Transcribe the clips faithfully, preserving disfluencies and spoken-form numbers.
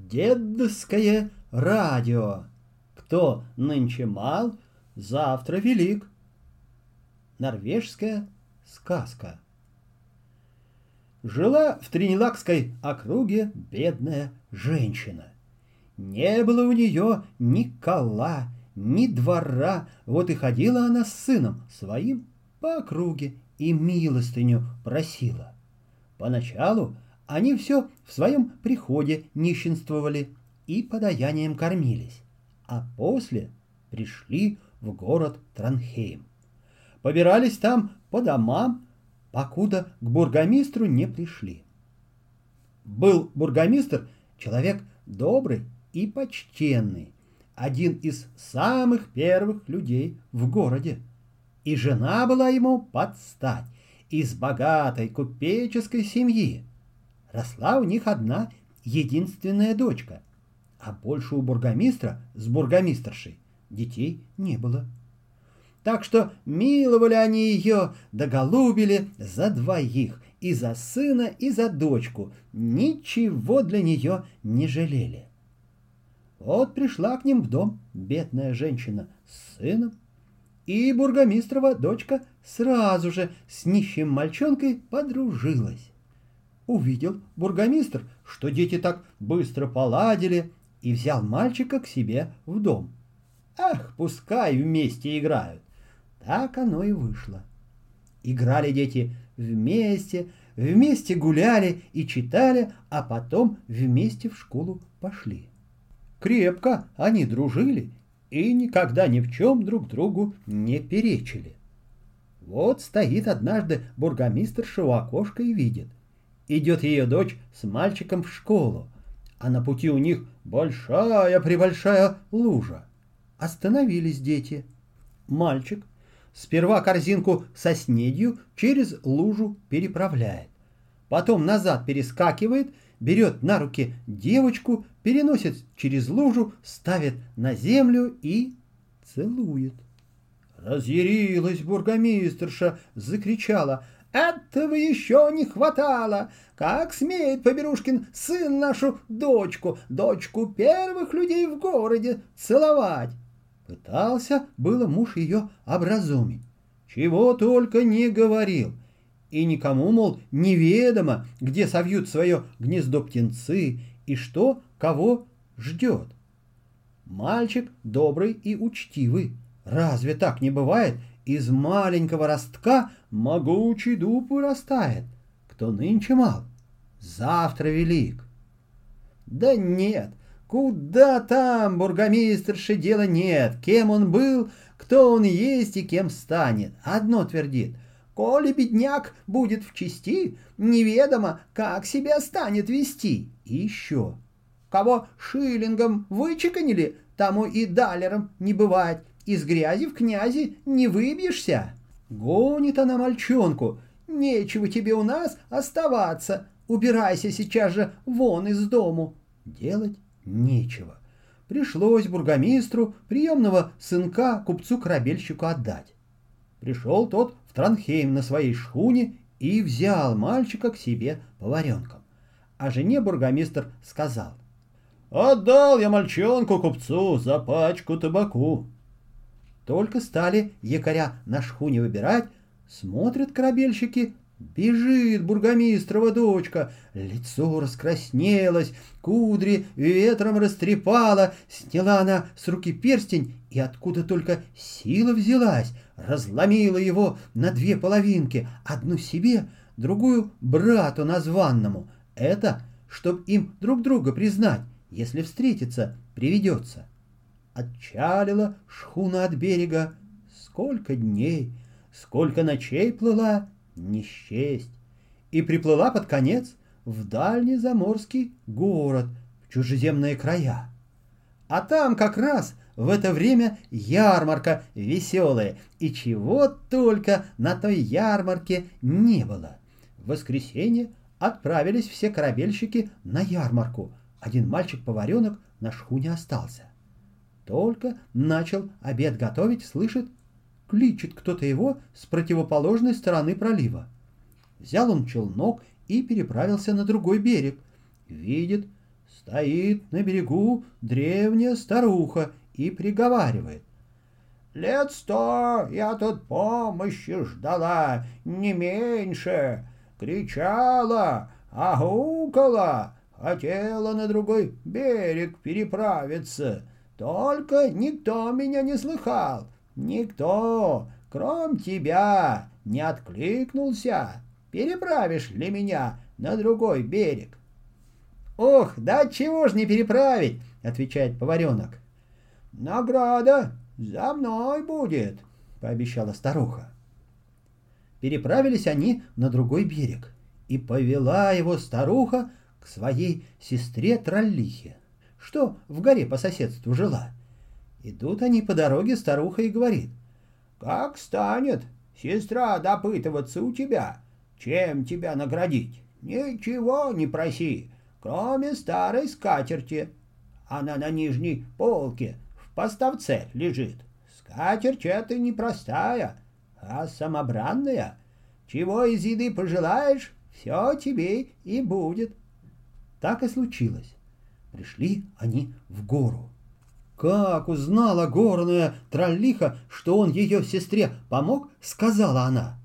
Дедское радио. Кто нынче мал, завтра велик. Норвежская сказка. Жила в Тринидадской округе бедная женщина. Не было у нее ни кола, ни двора, вот и ходила она с сыном своим по округе и милостыню просила. Поначалу они все в своем приходе нищенствовали и подаянием кормились, а после пришли в город Транхейм. Побирались там по домам, покуда к бургомистру не пришли. Был бургомистр человек добрый и почтенный, один из самых первых людей в городе. И жена была ему под стать, из богатой купеческой семьи. Росла у них одна единственная дочка, а больше у бургомистра с бургомистершей детей не было. Так что миловали они ее, да голубили за двоих, и за сына, и за дочку, ничего для нее не жалели. Вот пришла к ним в дом бедная женщина с сыном, и бургомистрова дочка сразу же с нищим мальчонкой подружилась. Увидел бургомистр, что дети так быстро поладили, и взял мальчика к себе в дом. Ах, пускай вместе играют. Так оно и вышло. Играли дети вместе, вместе гуляли и читали, а потом вместе в школу пошли. Крепко они дружили и никогда ни в чем друг другу не перечили. Вот стоит однажды бургомистерша у окошка и видит. Идет ее дочь с мальчиком в школу, а на пути у них большая-пребольшая лужа. Остановились дети. Мальчик сперва корзинку со снедью через лужу переправляет, потом назад перескакивает, берет на руки девочку, переносит через лужу, ставит на землю и целует. Разъярилась бургомистерша, закричала: «Этого еще не хватало! Как смеет Поберушкин сын нашу дочку, дочку первых людей в городе, целовать!» Пытался было муж ее образумить, чего только не говорил, и никому, мол, неведомо, где совьют свое гнездо птенцы и что кого ждет. Мальчик добрый и учтивый, разве так не бывает? Из маленького ростка могучий дуб вырастает. Кто нынче мал, завтра велик. Да нет, куда там, бургомистерше, дела нет. Кем он был, кто он есть и кем станет. Одно твердит: коли бедняк будет в чести, неведомо, как себя станет вести. И еще: кого шиллингом вычеканили, тому и далером не бывать. Из грязи в князи не выбьешься. Гонит она мальчонку: нечего тебе у нас оставаться, убирайся сейчас же вон из дому. Делать нечего. Пришлось бургомистру приемного сынка купцу-корабельщику отдать. Пришел тот в Транхейм на своей шхуне и взял мальчика к себе поваренком. А жене бургомистр сказал: «Отдал я мальчонку купцу за пачку табаку». Только стали якоря на шхуне выбирать, смотрят корабельщики: бежит бургомистрова дочка, лицо раскраснелось, кудри ветром растрепала, сняла она с руки перстень, и откуда только сила взялась, разломила его на две половинки, одну себе, другую брату названному. Это, чтоб им друг друга признать, если встретиться приведется. Отчалила шхуна от берега, сколько дней, сколько ночей плыла, не счесть, и приплыла под конец в дальний заморский город, в чужеземные края. А там как раз в это время ярмарка веселая, и чего только на той ярмарке не было. В воскресенье отправились все корабельщики на ярмарку, один мальчик-поваренок на шхуне остался. Только начал обед готовить, слышит, кличет кто-то его с противоположной стороны пролива. Взял он челнок и переправился на другой берег. Видит, Стоит на берегу древняя старуха и приговаривает. Лет сто я тут помощи ждала, не меньше. Кричала, аукала, хотела на другой берег переправиться. Только никто меня не слыхал, никто, кроме тебя, не откликнулся. Переправишь ли меня на другой берег? «Ох, да чего ж не переправить?» — отвечает поваренок. «Награда за мной будет», — пообещала старуха. Переправились они на другой берег, и повела его старуха к своей сестре Троллихе, что в горе по соседству жила. Идут они по дороге, старуха и говорит. «Как станет сестра допытываться у тебя, чем тебя наградить? Ничего не проси, кроме старой скатерти. Она на нижней полке в поставце лежит. Скатерть эта непростая, а самобранная. Чего из еды пожелаешь, все тебе и будет». Так и случилось. Пришли они в гору. Как узнала горная Троллиха, что он ее сестре помог, сказала она.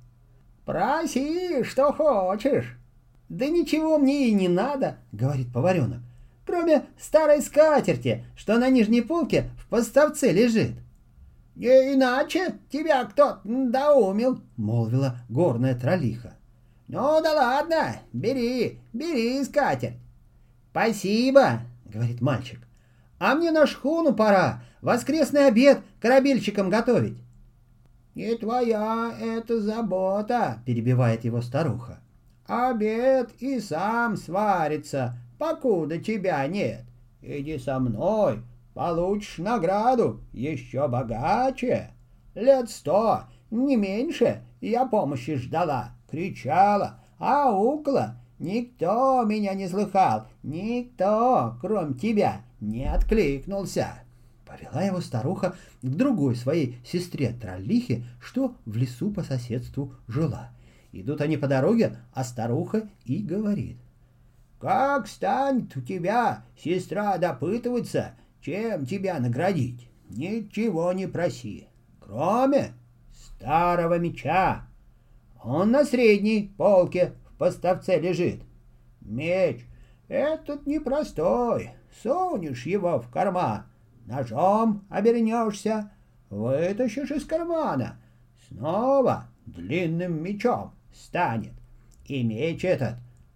«Проси, что хочешь». «Да ничего мне и не надо», — говорит поваренок, «кроме старой скатерти, что на нижней полке в поставце лежит». «Не иначе тебя кто-то доумил», — молвила горная Троллиха. «Ну да ладно, бери, бери скатерть». «Спасибо», — говорит мальчик, «а мне на шхуну пора, воскресный обед корабельщикам готовить». «Не твоя это забота», — перебивает его старуха. «Обед и сам сварится, покуда тебя нет. Иди со мной, получишь награду еще богаче. Лет сто, не меньше, я помощи ждала, кричала, аукла. Никто меня не слыхал, никто, кроме тебя, не откликнулся». Повела его старуха к другой своей сестре Троллихе, что в лесу по соседству жила. Идут они по дороге, а старуха и говорит. «Как станет у тебя сестра допытываться, чем тебя наградить? Ничего не проси, кроме старого меча. Он на средней полке в поставце лежит. Меч этот непростой, сунешь его в карман, ножом обернешься, вытащишь из кармана, снова длинным мечом станет. И меч этот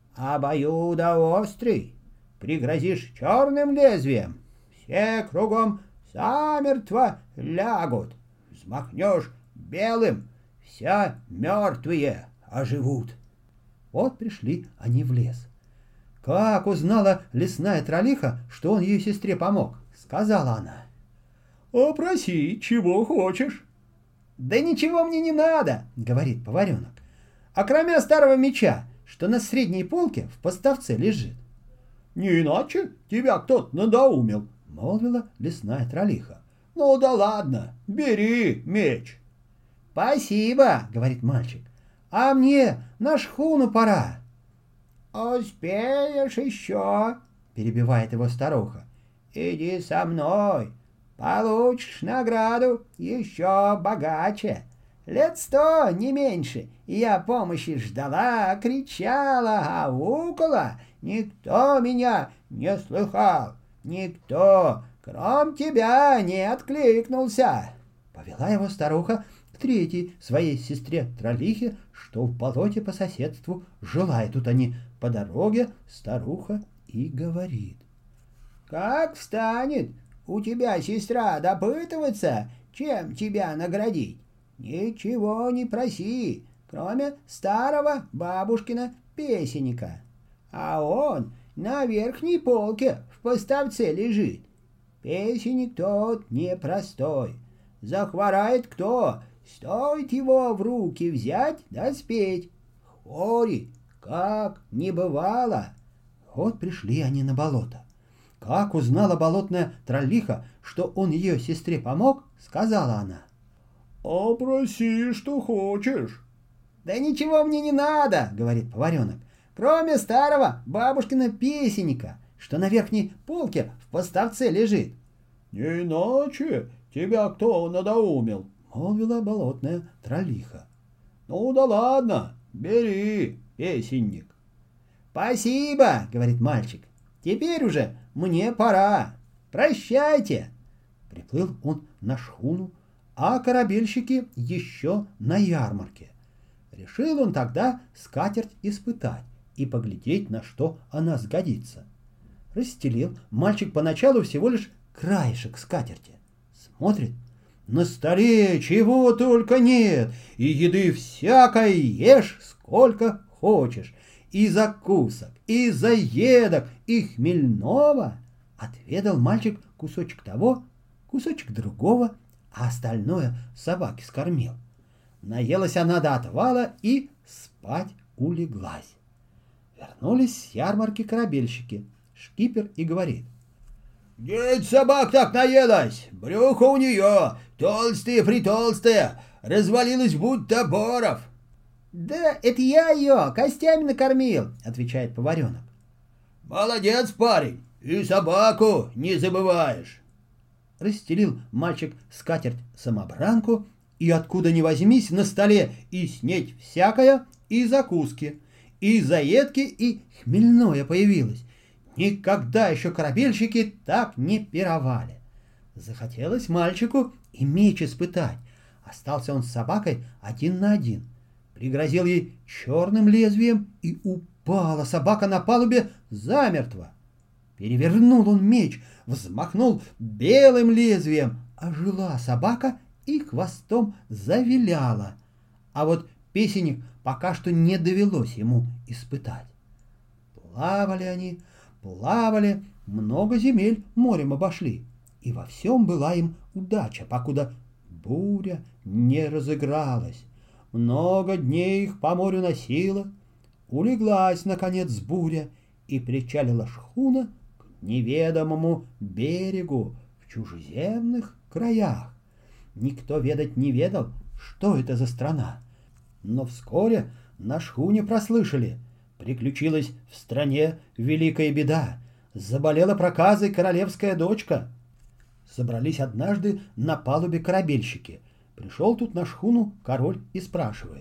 обоюдоострый, пригрозишь черным лезвием, все кругом замертво лягут. Взмахнешь белым, все мертвые оживут». Вот пришли они в лес. Как узнала лесная Троллиха, что он ее сестре помог, сказала она. «А проси, чего хочешь». «Да ничего мне не надо», — говорит поваренок, «а кроме старого меча, что на средней полке в поставце лежит». «Не иначе тебя кто-то надоумил», — молвила лесная Троллиха. «Ну да ладно, бери меч». «Спасибо», — говорит мальчик, «а мне на шхуну пора». «Успеешь еще», — перебивает его старуха. «Иди со мной, получишь награду еще богаче. Лет сто, не меньше, я помощи ждала, кричала, аукала. Никто меня не слыхал, никто, кроме тебя, не откликнулся». Повела его старуха к третьей своей сестре Троллихе, что в болоте по соседству жила. И тут они по дороге, старуха и говорит. «Как встанет у тебя сестра допытываться, чем тебя наградить? Ничего не проси, кроме старого бабушкина песенника. А он на верхней полке в поставце лежит. Песенник тот непростой. Захворает кто, стоит его в руки взять да спеть. Хвори, как не бывало». Вот пришли они на болото. Как узнала болотная Троллиха, что он ее сестре помог, сказала она. «А проси, что хочешь». «Да ничего мне не надо», — говорит поваренок, «кроме старого бабушкина песенника, что на верхней полке в поставце лежит. Не иначе тебя кто надоумил, молвила болотная троллиха. Ну да ладно, бери, песенник. Спасибо, говорит мальчик, теперь уже мне пора. Прощайте. Приплыл он на шхуну, а корабельщики еще на ярмарке. Решил он тогда скатерть испытать и поглядеть, на что она сгодится. Расстелил мальчик поначалу всего лишь краешек скатерти. Смотрит, на столе чего только нет, и еды всякой ешь сколько хочешь, и закусок, и заедок, и хмельного. Отведал мальчик кусочек того, кусочек другого, а остальное собаке скормил. Наелась она до отвала и спать улеглась. Вернулись с ярмарки корабельщики. Шкипер и говорит: «Деть собак так наелась, брюхо у нее толстые-притолстые, развалилось будто боров». «Да это я ее костями накормил», — отвечает поваренок. «Молодец, парень, и собаку не забываешь». Расстелил мальчик скатерть-самобранку, и откуда ни возьмись на столе и снеть всякое, и закуски, и заедки, и хмельное появилось. Никогда еще корабельщики так не пировали. Захотелось мальчику и меч испытать. Остался он с собакой один на один. Пригрозил ей черным лезвием, и упала собака на палубе замертво. Перевернул он меч, взмахнул белым лезвием, ожила собака и хвостом завиляла. А вот песенник пока что не довелось ему испытать. Плавали они, плавали, много земель морем обошли, и во всем была им удача, покуда буря не разыгралась. Много дней их по морю носила, улеглась, наконец, буря, и причалила шхуна к неведомому берегу в чужеземных краях. Никто ведать не ведал, что это за страна. Но вскоре на шхуне прослышали: приключилась в стране великая беда, заболела проказой королевская дочка. Собрались однажды на палубе корабельщики. Пришел тут на шхуну король и спрашивает: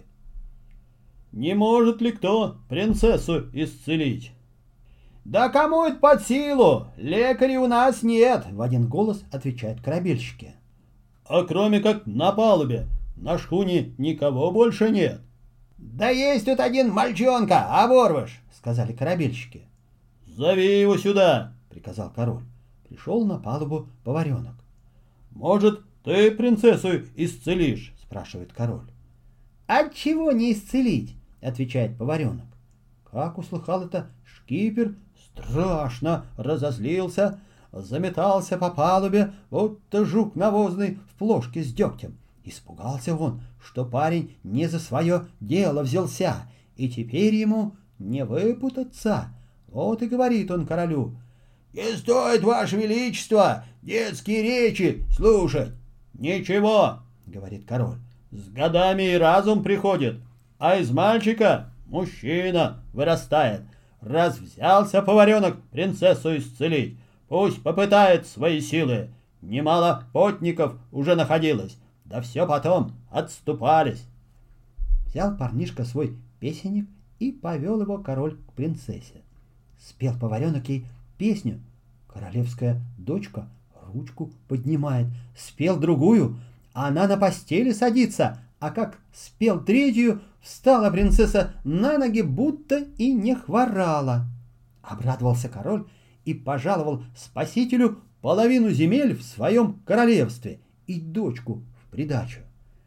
«Не может ли кто принцессу исцелить?» «Да кому это под силу? Лекарей у нас нет!» — в один голос отвечают корабельщики. «А кроме как на палубе, на шхуне никого больше нет?» «Да есть тут один мальчонка, оборвыш!» — сказали корабельщики. «Зови его сюда!» — приказал король. Пришел на палубу поваренок. «Может, ты принцессу исцелишь?» — спрашивает король. «Отчего не исцелить?» — отвечает поваренок. Как услыхал это шкипер, страшно разозлился, заметался по палубе, будто жук навозный в плошке с дегтем. Испугался он, что парень не за свое дело взялся, и теперь ему не выпутаться. Вот и говорит он королю: «Не стоит, ваше величество, детские речи слушать». «Ничего», — говорит король, — «с годами и разум приходит, а из мальчика мужчина вырастает. Раз взялся поваренок принцессу исцелить, пусть попытает свои силы. Немало потников уже находилось, да все потом отступались». Взял парнишка свой песенник и повел его король к принцессе. Спел поваренок ей песню. Королевская дочка ручку поднимает. Спел другую, а она на постели садится, а как спел третью, встала принцесса на ноги, будто и не хворала. Обрадовался король и пожаловал спасителю половину земель в своем королевстве и дочку в придачу.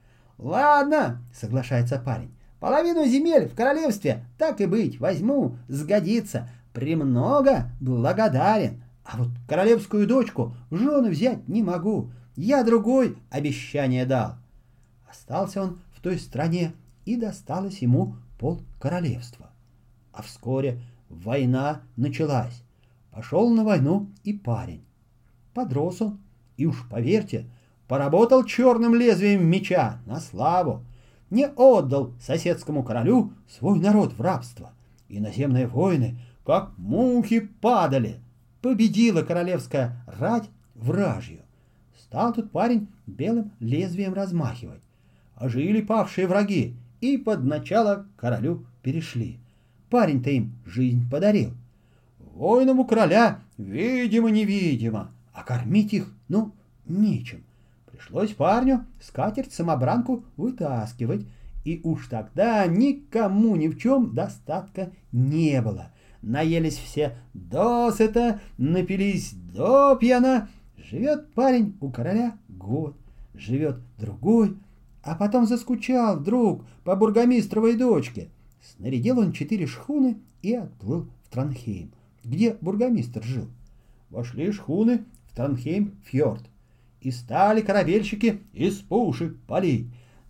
«Ладно, — соглашается парень, — половину земель в королевстве, так и быть, возьму, сгодится, премного благодарен, а вот королевскую дочку в жены взять не могу, я другой обещание дал». Остался он в той стране, и досталось ему пол королевства. А вскоре война началась. Пошел на войну и парень. Подрос он, и уж поверьте, поработал черным лезвием меча на славу. Не отдал соседскому королю свой народ в рабство. Иноземные воины, как мухи, падали. победила королевская рать вражью. Стал тут парень белым лезвием размахивать. Ожили павшие враги и под начало королю перешли. Парень-то им жизнь подарил. Воинам у короля видимо-невидимо, а кормить их, ну, нечем. Пришлось парню скатерть-самобранку вытаскивать, и уж тогда никому ни в чем достатка не было. Наелись все досыта, напились до пьяна. Живет парень у короля год, живет другой, а потом заскучал вдруг по бургомистровой дочке. Снарядил он четыре шхуны и отплыл в Транхейм, где бургомистр жил. Вошли шхуны в Транхейм-фьорд, и стали корабельщики из пушек палить.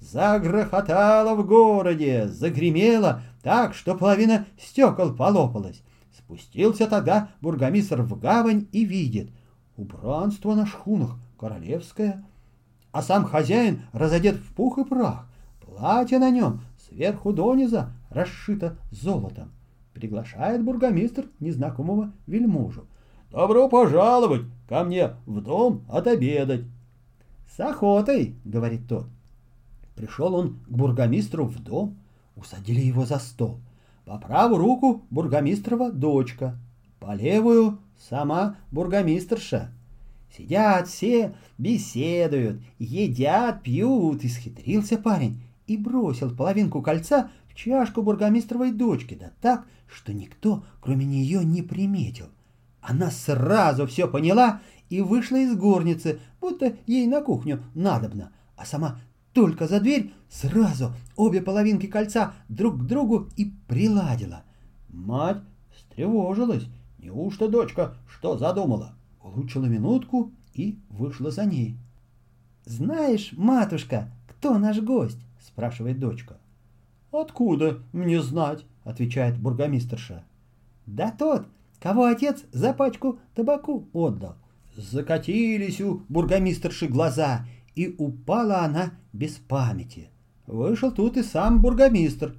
Загрохотало в городе, загремело так, что половина стекол полопалась. Спустился тогда бургомистр в гавань и видит: убранство на шхунах королевское, а сам хозяин разодет в пух и прах, платье на нем сверху дониза расшито золотом. Приглашает бургомистр незнакомого вельможу: «Добро пожаловать ко мне в дом отобедать». «С охотой», — говорит тот. Пришел он к бургомистру в дом, усадили его за стол. По правую руку бургомистрова дочка, по левую сама бургомистрша. Сидят все, беседуют, едят, пьют. Исхитрился парень и бросил половинку кольца в чашку бургомистровой дочки, да так, что никто, кроме нее, не приметил. Она сразу все поняла и вышла из горницы, будто ей на кухню надобно, а сама только за дверь сразу обе половинки кольца друг к другу и приладила. Мать встревожилась. Неужто дочка что задумала? Улучшила минутку и вышла за ней. «Знаешь, матушка, кто наш гость?» — спрашивает дочка. «Откуда мне знать?» — отвечает бургомистрша. «Да тот, кого отец за пачку табаку отдал». Закатились у бургомистрши глаза, и упала она без памяти. Вышел тут и сам бургомистр.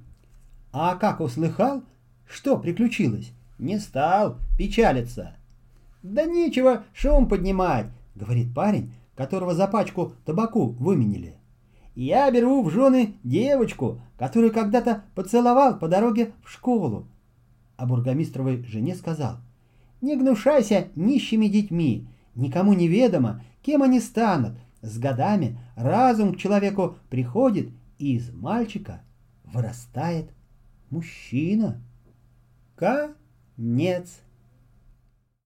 А как услыхал, что приключилось, не стал печалиться. «Да нечего шум поднимать», — говорит парень, которого за пачку табаку выменили. «Я беру в жены девочку, которую когда-то поцеловал по дороге в школу». А бургомистровой жене сказал: «Не гнушайся нищими детьми, никому не ведомо, кем они станут. С годами разум к человеку приходит, и из мальчика вырастает мужчина». Конец.